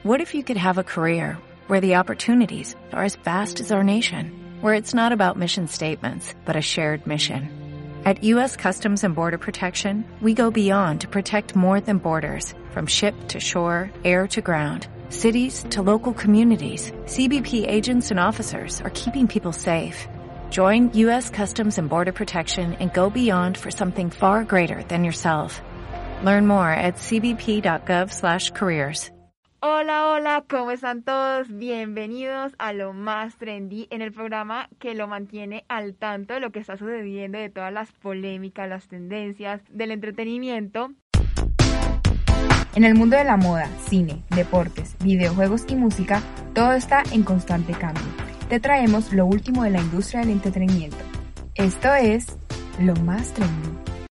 What if you could have a career where the opportunities are as vast as our nation, where it's not about mission statements, but a shared mission? At U.S. Customs and Border Protection, we go beyond to protect more than borders, from ship to shore, air to ground, cities to local communities. CBP agents and officers are keeping people safe. Join U.S. Customs and Border Protection and go beyond for something far greater than yourself. Learn more at cbp.gov/careers. Hola, hola, ¿cómo están todos? Bienvenidos a Lo Más Trendy, en el programa que lo mantiene al tanto de lo que está sucediendo, de todas las polémicas, las tendencias, del entretenimiento. En el mundo de la moda, cine, deportes, videojuegos y música, todo está en constante cambio. Te traemos lo último de la industria del entretenimiento. Esto es Lo Más Trendy.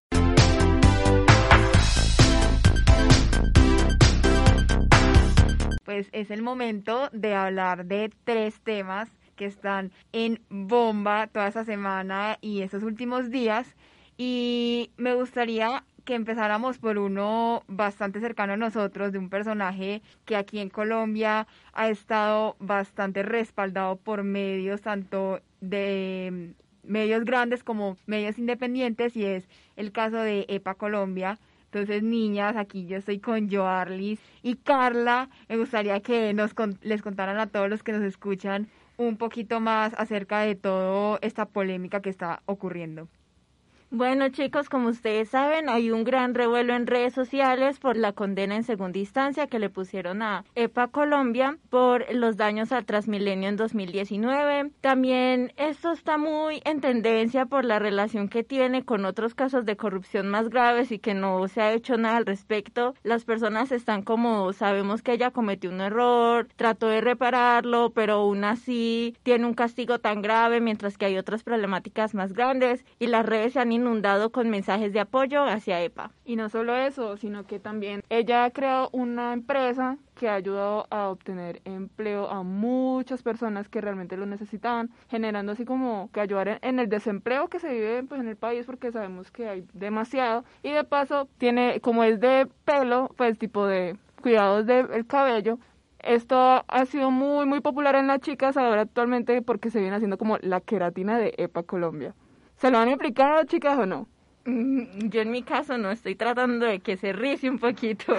Pues es el momento de hablar de 3 temas que están en bomba toda esta semana y estos últimos días. Y me gustaría que empezáramos por uno bastante cercano a nosotros, de un personaje que aquí en Colombia ha estado bastante respaldado por medios, tanto de medios grandes como medios independientes, y es el caso de EPA Colombia. Entonces, niñas, aquí yo estoy con Joarlis y Carla. Me gustaría que les contaran a todos los que nos escuchan un poquito más acerca de toda esta polémica que está ocurriendo. Bueno, chicos, como ustedes saben, hay un gran revuelo en redes sociales por la condena en segunda instancia que le pusieron a EPA Colombia por los daños al Transmilenio en 2019. También esto está muy en tendencia por la relación que tiene con otros casos de corrupción más graves y que no se ha hecho nada al respecto. Las personas están como, sabemos que ella cometió un error, trató de repararlo, pero aún así tiene un castigo tan grave, mientras que hay otras problemáticas más grandes, y las redes se han inundado con mensajes de apoyo hacia EPA. Y no solo eso, sino que también ella ha creado una empresa que ha ayudado a obtener empleo a muchas personas que realmente lo necesitaban, generando así como que ayudar en el desempleo que se vive pues en el país, porque sabemos que hay demasiado. Y de paso tiene, como es de pelo, pues tipo de cuidados del cabello. Esto ha sido muy muy popular en las chicas ahora actualmente, porque se viene haciendo como la queratina de EPA Colombia. ¿Se lo han explicado, chicas, o no? Yo en mi caso no, estoy tratando de que se rice un poquito.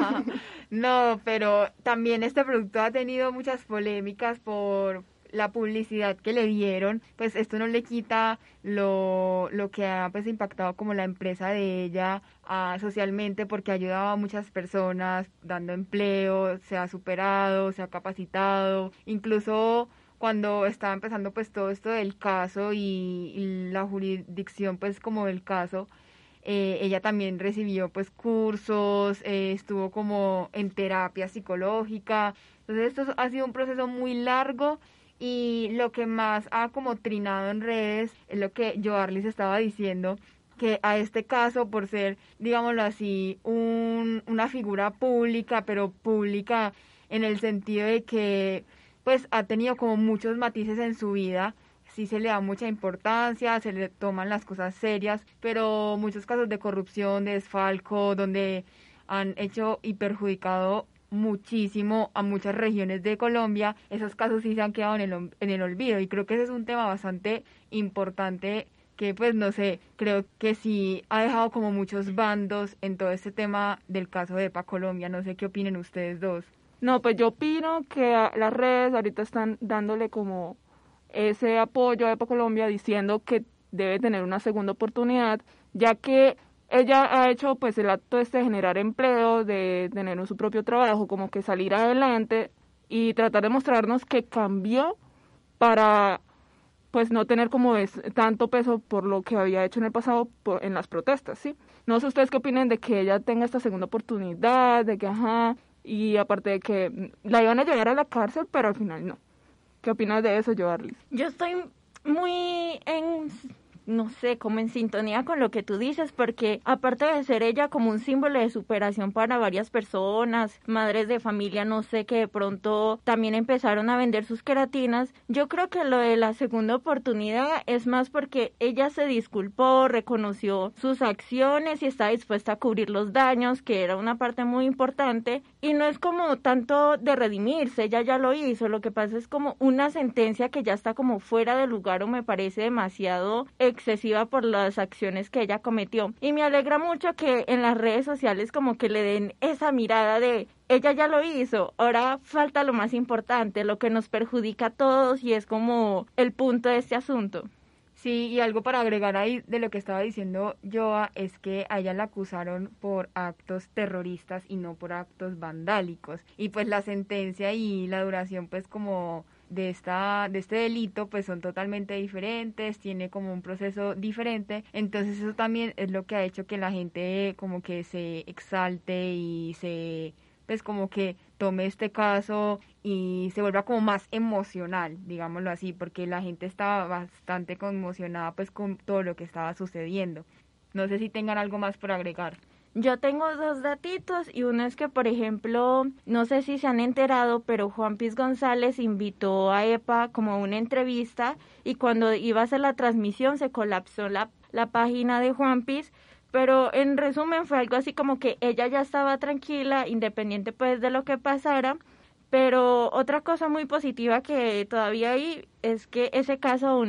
No, pero también este producto ha tenido muchas polémicas por la publicidad que le dieron. Pues esto no le quita lo que ha pues impactado como la empresa de ella socialmente, porque ha ayudado a muchas personas dando empleo, se ha superado, se ha capacitado, incluso cuando estaba empezando pues todo esto del caso y la jurisdicción pues como del caso, ella también recibió pues cursos, estuvo como en terapia psicológica. Entonces esto ha sido un proceso muy largo, y lo que más ha como trinado en redes es lo que Joarlis estaba diciendo, que a este caso, por ser, digámoslo así, una figura pública, pero pública en el sentido de que pues ha tenido como muchos matices en su vida, sí se le da mucha importancia, se le toman las cosas serias, pero muchos casos de corrupción, de desfalco, donde han hecho y perjudicado muchísimo a muchas regiones de Colombia, esos casos sí se han quedado en el olvido, y creo que ese es un tema bastante importante que pues no sé, creo que sí ha dejado como muchos bandos en todo este tema del caso de EPA Colombia. No sé qué opinen ustedes dos. No, pues yo opino que las redes ahorita están dándole como ese apoyo a EPA Colombia, diciendo que debe tener una segunda oportunidad, ya que ella ha hecho pues el acto de generar empleo, de tener su propio trabajo, como que salir adelante y tratar de mostrarnos que cambió para pues no tener como tanto peso por lo que había hecho en el pasado en las protestas, ¿sí? No sé ustedes qué opinen de que ella tenga esta segunda oportunidad, de que y aparte de que la iban a llevar a la cárcel, pero al final no. ¿Qué opinas de eso, Joarlis? Yo estoy muy no sé, como en sintonía con lo que tú dices, porque aparte de ser ella como un símbolo de superación para varias personas, madres de familia, no sé, que de pronto también empezaron a vender sus queratinas, yo creo que lo de la segunda oportunidad es más porque ella se disculpó, reconoció sus acciones y está dispuesta a cubrir los daños, que era una parte muy importante, Y no es como tanto de redimirse, ella ya lo hizo, lo que pasa es como una sentencia que ya está como fuera de lugar o me parece demasiado excesiva por las acciones que ella cometió. Y me alegra mucho que en las redes sociales como que le den esa mirada de ella ya lo hizo, ahora falta lo más importante, lo que nos perjudica a todos y es como el punto de este asunto. Sí, y algo para agregar ahí de lo que estaba diciendo Joa es que a ella la acusaron por actos terroristas y no por actos vandálicos. Y pues la sentencia y la duración pues como de este delito pues son totalmente diferentes, tiene como un proceso diferente. Entonces eso también es lo que ha hecho que la gente como que se exalte y se pues como que tome este caso y se vuelva como más emocional, digámoslo así, porque la gente estaba bastante conmocionada pues con todo lo que estaba sucediendo. No sé si tengan algo más por agregar. Yo tengo dos datitos y uno es que, por ejemplo, no sé si se han enterado, pero Juan Piz González invitó a EPA como a una entrevista y cuando iba a hacer la transmisión se colapsó la página de Juan Piz. Pero en resumen fue algo así como que ella ya estaba tranquila, independiente pues de lo que pasara. Pero otra cosa muy positiva que todavía hay es que ese caso aún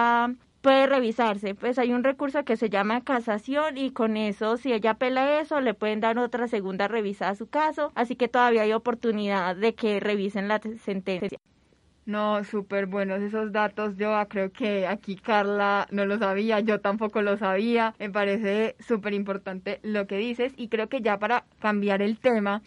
puede revisarse. Pues hay un recurso que se llama casación y con eso, si ella apela eso, le pueden dar otra segunda revisada a su caso. Así que todavía hay oportunidad de que revisen la sentencia. No, súper buenos esos datos. Yo creo que aquí Carla no lo sabía, yo tampoco lo sabía. Me parece súper importante lo que dices y creo que ya para cambiar el tema,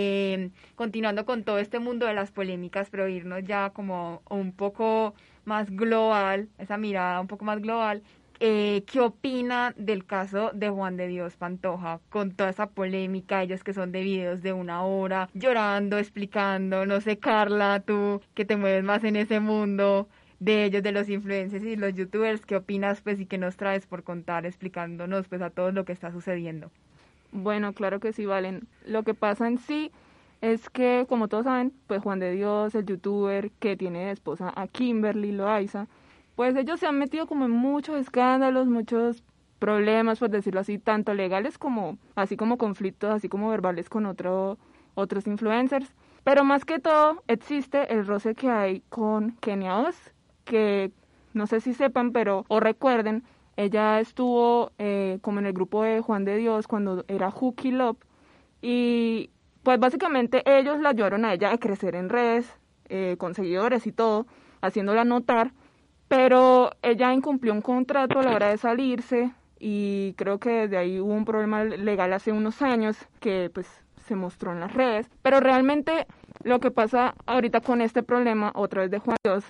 continuando con todo este mundo de las polémicas, pero irnos ya como un poco más global, esa mirada un poco más global. ¿Qué opina del caso de Juan de Dios Pantoja con toda esa polémica, ellos que son de videos de 1 hora, llorando, explicando, no sé, Carla, tú que te mueves más en ese mundo de ellos, de los influencers y los youtubers, ¿qué opinas pues y qué nos traes por contar explicándonos pues a todo lo que está sucediendo? Bueno, claro que sí, Valen. Lo que pasa en sí es que, como todos saben, pues Juan de Dios, el youtuber que tiene de esposa a Kimberly Loaiza, pues ellos se han metido como en muchos escándalos, muchos problemas, por decirlo así, tanto legales como, así como conflictos, así como verbales con otros influencers. Pero más que todo existe el roce que hay con Kenia Oz, que no sé si sepan, pero o recuerden, ella estuvo como en el grupo de Juan de Dios cuando era Hooky Love y pues básicamente ellos la ayudaron a ella a crecer en redes, con seguidores y todo, haciéndola notar. Pero ella incumplió un contrato a la hora de salirse y creo que desde ahí hubo un problema legal hace unos años que pues se mostró en las redes. Pero realmente lo que pasa ahorita con este problema, otra vez de Juan Dios,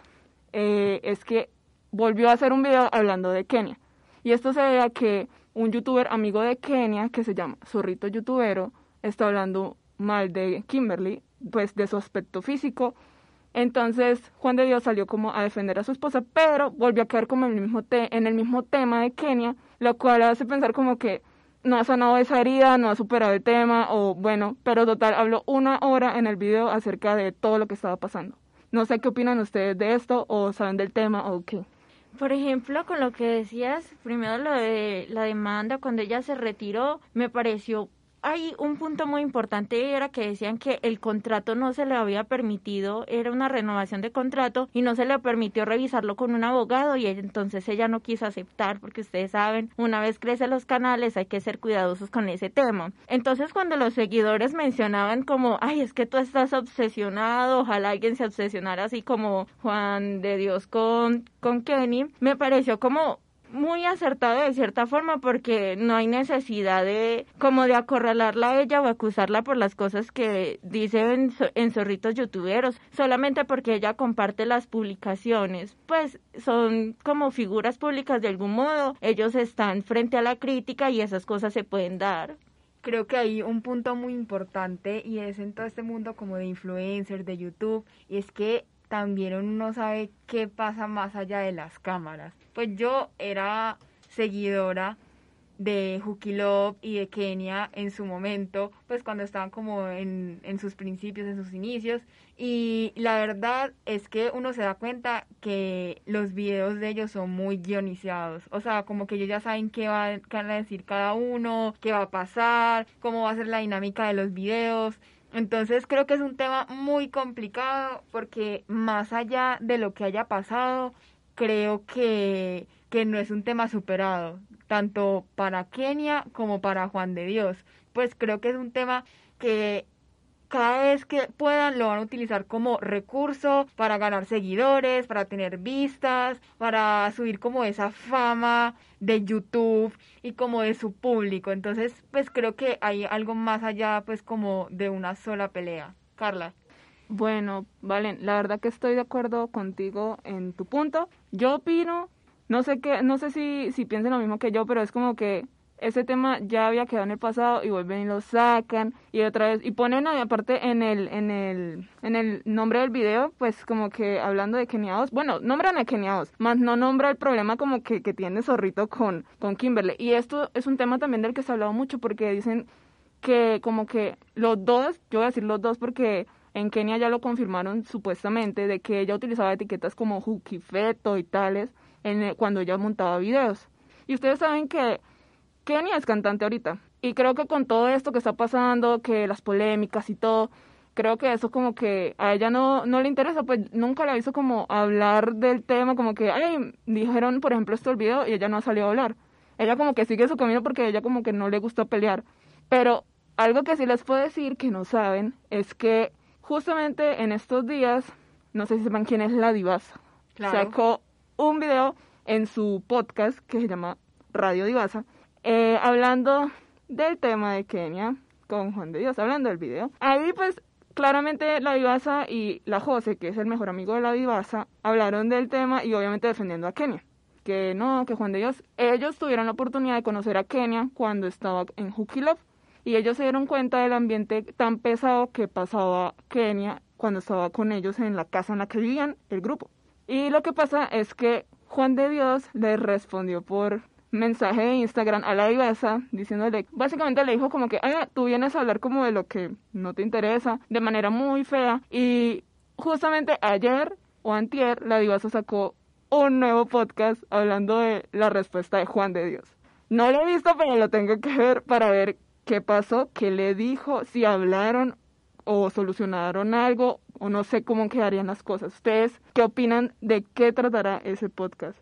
es que volvió a hacer un video hablando de Kenia. Y esto se debe a que un youtuber amigo de Kenia, que se llama Zorrito Youtubero, está hablando mal de Kimberly, pues de su aspecto físico. Entonces Juan de Dios salió como a defender a su esposa, pero volvió a quedar como en el mismo tema de Kenia, lo cual hace pensar como que no ha sanado esa herida, no ha superado el tema, o bueno, pero total, habló 1 hora en el video acerca de todo lo que estaba pasando. No sé qué opinan ustedes de esto, o saben del tema, o qué. Por ejemplo, con lo que decías, primero lo de la demanda, cuando ella se retiró, me pareció hay un punto muy importante, era que decían que el contrato no se le había permitido, era una renovación de contrato y no se le permitió revisarlo con un abogado y entonces ella no quiso aceptar porque ustedes saben, una vez crecen los canales hay que ser cuidadosos con ese tema. Entonces cuando los seguidores mencionaban como, ay, es que tú estás obsesionado, ojalá alguien se obsesionara así como Juan de Dios con Kenny, me pareció como muy acertado de cierta forma porque no hay necesidad de como de acorralarla a ella o acusarla por las cosas que dice en Zorritos Youtuberos, solamente porque ella comparte las publicaciones, pues son como figuras públicas de algún modo, ellos están frente a la crítica y esas cosas se pueden dar. Creo que hay un punto muy importante y es en todo este mundo como de influencers, de YouTube, y es que también uno no sabe qué pasa más allá de las cámaras. Pues yo era seguidora de Hooky Love y de Kenia en su momento, pues cuando estaban como en sus principios, en sus inicios, y la verdad es que uno se da cuenta que los videos de ellos son muy guionizados, o sea, como que ellos ya saben qué van a decir cada uno, qué va a pasar, cómo va a ser la dinámica de los videos. Entonces creo que es un tema muy complicado porque más allá de lo que haya pasado, creo que no es un tema superado, tanto para Kenia como para Juan de Dios. Pues creo que es un tema que cada vez que puedan lo van a utilizar como recurso para ganar seguidores, para tener vistas, para subir como esa fama de YouTube y como de su público. Entonces, pues creo que hay algo más allá pues como de una sola pelea. Carla. Bueno, Valen, la verdad que estoy de acuerdo contigo en tu punto. Yo opino, no sé si piensan lo mismo que yo, pero es como que ese tema ya había quedado en el pasado y vuelven y lo sacan y otra vez y ponen aparte en el nombre del video, pues como que hablando de keniados, bueno, nombran a keniados, más no nombra el problema como que tiene Zorrito con Kimberly. Y esto es un tema también del que se ha hablado mucho porque dicen que como que los dos, yo voy a decir los dos porque en Kenia ya lo confirmaron supuestamente de que ella utilizaba etiquetas como Hukifeto y tales cuando ella montaba videos. Y ustedes saben que Kenia es cantante ahorita. Y creo que con todo esto que está pasando, que las polémicas y todo, creo que eso como que a ella no le interesa, pues nunca la hizo como hablar del tema, como que, ay, dijeron por ejemplo esto del video y ella no ha salido a hablar. Ella como que sigue su camino porque a ella como que no le gusta pelear. Pero algo que sí les puedo decir que no saben es que justamente en estos días, no sé si sepan quién es la Divasa, Claro. sacó un video en su podcast que se llama Radio Divasa, hablando del tema de Kenia con Juan de Dios, hablando del video. Ahí pues claramente la Divasa y la Jose, que es el mejor amigo de la Divasa, hablaron del tema y obviamente defendiendo a Kenia. Que no, que Juan de Dios, ellos tuvieron la oportunidad de conocer a Kenia cuando estaba en Huki Love y ellos se dieron cuenta del ambiente tan pesado que pasaba Kenia cuando estaba con ellos en la casa en la que vivían, el grupo. Y lo que pasa es que Juan de Dios le respondió por mensaje de Instagram a la Divasa diciéndole, básicamente le dijo como que, ay, tú vienes a hablar como de lo que no te interesa, de manera muy fea. Y justamente ayer o antier la Divasa sacó un nuevo podcast hablando de la respuesta de Juan de Dios. No lo he visto, pero lo tengo que ver para ver qué pasó, qué le dijo, si hablaron o solucionaron algo o no sé cómo quedarían las cosas. ¿Ustedes qué opinan de qué tratará ese podcast?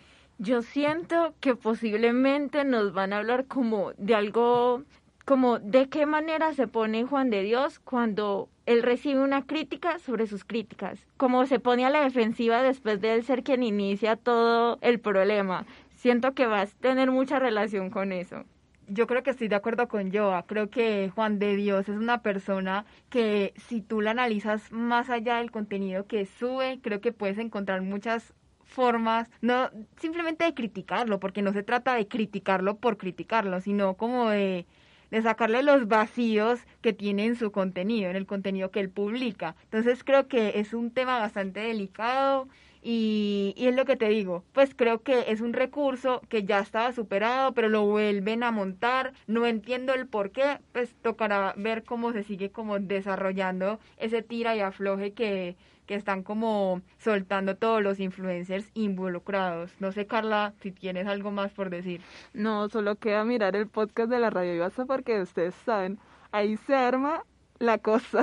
Yo siento que posiblemente nos van a hablar como de algo, como de qué manera se pone Juan de Dios cuando él recibe una crítica sobre sus críticas, como se pone a la defensiva después de él ser quien inicia todo el problema. Siento que va a tener mucha relación con eso. Yo creo que estoy de acuerdo con Joa. Creo que Juan de Dios es una persona que si tú la analizas más allá del contenido que sube, creo que puedes encontrar muchas formas, no simplemente de criticarlo, porque no se trata de criticarlo por criticarlo, sino como de sacarle los vacíos que tiene en su contenido, en el contenido que él publica. Entonces creo que es un tema bastante delicado y es lo que te digo, pues creo que es un recurso que ya estaba superado, pero lo vuelven a montar, no entiendo el por qué, pues tocará ver cómo se sigue como desarrollando ese tira y afloje que están como soltando todos los influencers involucrados. No sé, Carla, si tienes algo más por decir. No, solo queda mirar el podcast de la Radio Divasa porque ustedes saben, ahí se arma la cosa.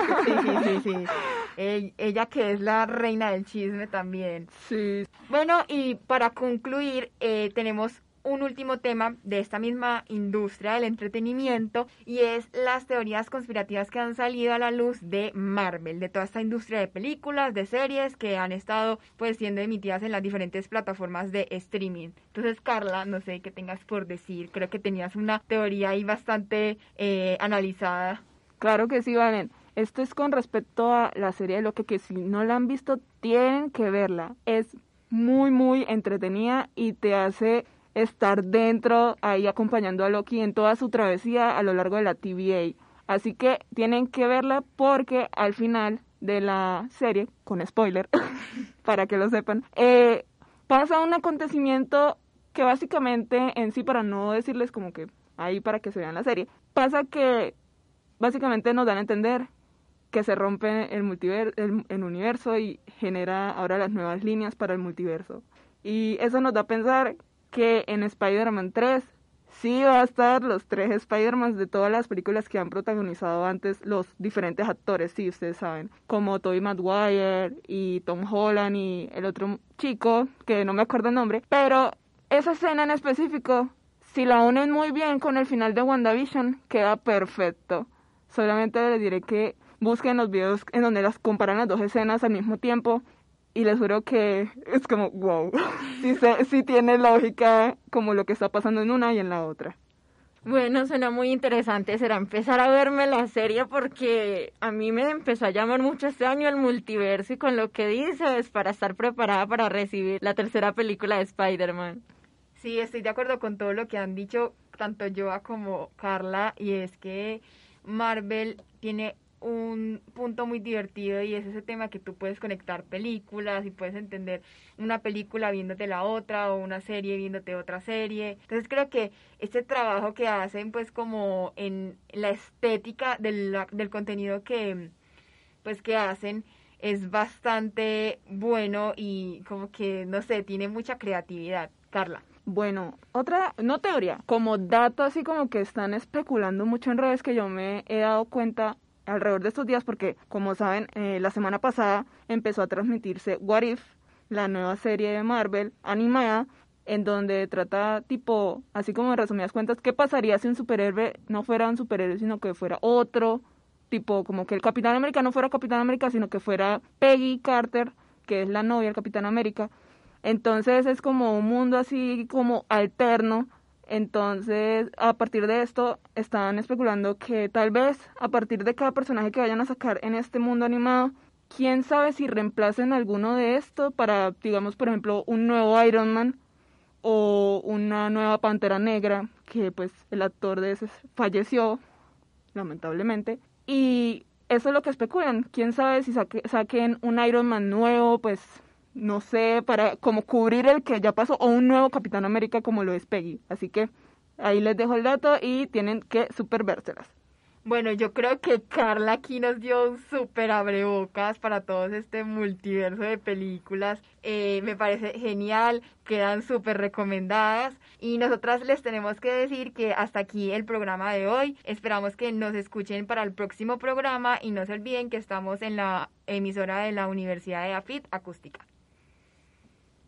Sí. Ella que es la reina del chisme también. Sí. Bueno, y para concluir, tenemos un último tema de esta misma industria del entretenimiento y es las teorías conspirativas que han salido a la luz de Marvel, de toda esta industria de películas, de series que han estado pues siendo emitidas en las diferentes plataformas de streaming. Entonces, Carla, no sé qué tengas por decir, creo que tenías una teoría ahí bastante analizada. Claro que sí, Valen. Esto es con respecto a la serie de Loki, que si no la han visto, tienen que verla. Es muy, muy entretenida y te hace estar dentro, ahí acompañando a Loki en toda su travesía a lo largo de la TVA. Así que tienen que verla porque al final de la serie, con spoiler, para que lo sepan, pasa un acontecimiento que básicamente en sí, para no decirles como que ahí para que se vean la serie, pasa que básicamente nos dan a entender que se rompe el universo y genera ahora las nuevas líneas para el multiverso. Y eso nos da a pensar que en Spider-Man 3 sí va a estar los 3 Spider-Man de todas las películas que han protagonizado antes los diferentes actores, sí, ustedes saben, como Tobey Maguire y Tom Holland y el otro chico, que no me acuerdo el nombre, pero esa escena en específico, si la unen muy bien con el final de WandaVision, queda perfecto. Solamente les diré que busquen los videos en donde las comparan las dos escenas al mismo tiempo y les juro que es como, wow, sí tiene lógica como lo que está pasando en una y en la otra. Bueno, suena muy interesante, será empezar a verme la serie porque a mí me empezó a llamar mucho este año el multiverso y con lo que dices para estar preparada para recibir la tercera película de Spider-Man. Sí, estoy de acuerdo con todo lo que han dicho tanto Joa como Carla, y es que Marvel tiene un punto muy divertido y es ese tema que tú puedes conectar películas y puedes entender una película viéndote la otra o una serie viéndote otra serie. Entonces creo que este trabajo que hacen pues como en la estética del contenido que pues que hacen es bastante bueno y como que no sé, tiene mucha creatividad. Carla. Bueno, otra, no teoría, como dato así como que están especulando mucho en redes que yo me he dado cuenta alrededor de estos días porque, como saben, la semana pasada empezó a transmitirse What If, la nueva serie de Marvel animada, en donde trata tipo, así como en resumidas cuentas, qué pasaría si un superhéroe no fuera un superhéroe, sino que fuera otro, tipo como que el Capitán América no fuera Capitán América, sino que fuera Peggy Carter, que es la novia del Capitán América. Entonces es como un mundo así como alterno. Entonces, a partir de esto, están especulando que tal vez a partir de cada personaje que vayan a sacar en este mundo animado, quién sabe si reemplacen alguno de estos para, digamos, por ejemplo, un nuevo Iron Man o una nueva Pantera Negra, que pues el actor de ese falleció, lamentablemente. Y eso es lo que especulan. Quién sabe si saquen un Iron Man nuevo, pues no sé, para como cubrir el que ya pasó, o un nuevo Capitán América como lo es Peggy. Así que ahí les dejo el dato y tienen que super vérselas. Bueno, yo creo que Carla aquí nos dio un súper abrebocas para todo este multiverso de películas. Me parece genial, quedan súper recomendadas. Y nosotras les tenemos que decir que hasta aquí el programa de hoy. Esperamos que nos escuchen para el próximo programa y no se olviden que estamos en la emisora de la Universidad de AFIT Acústica.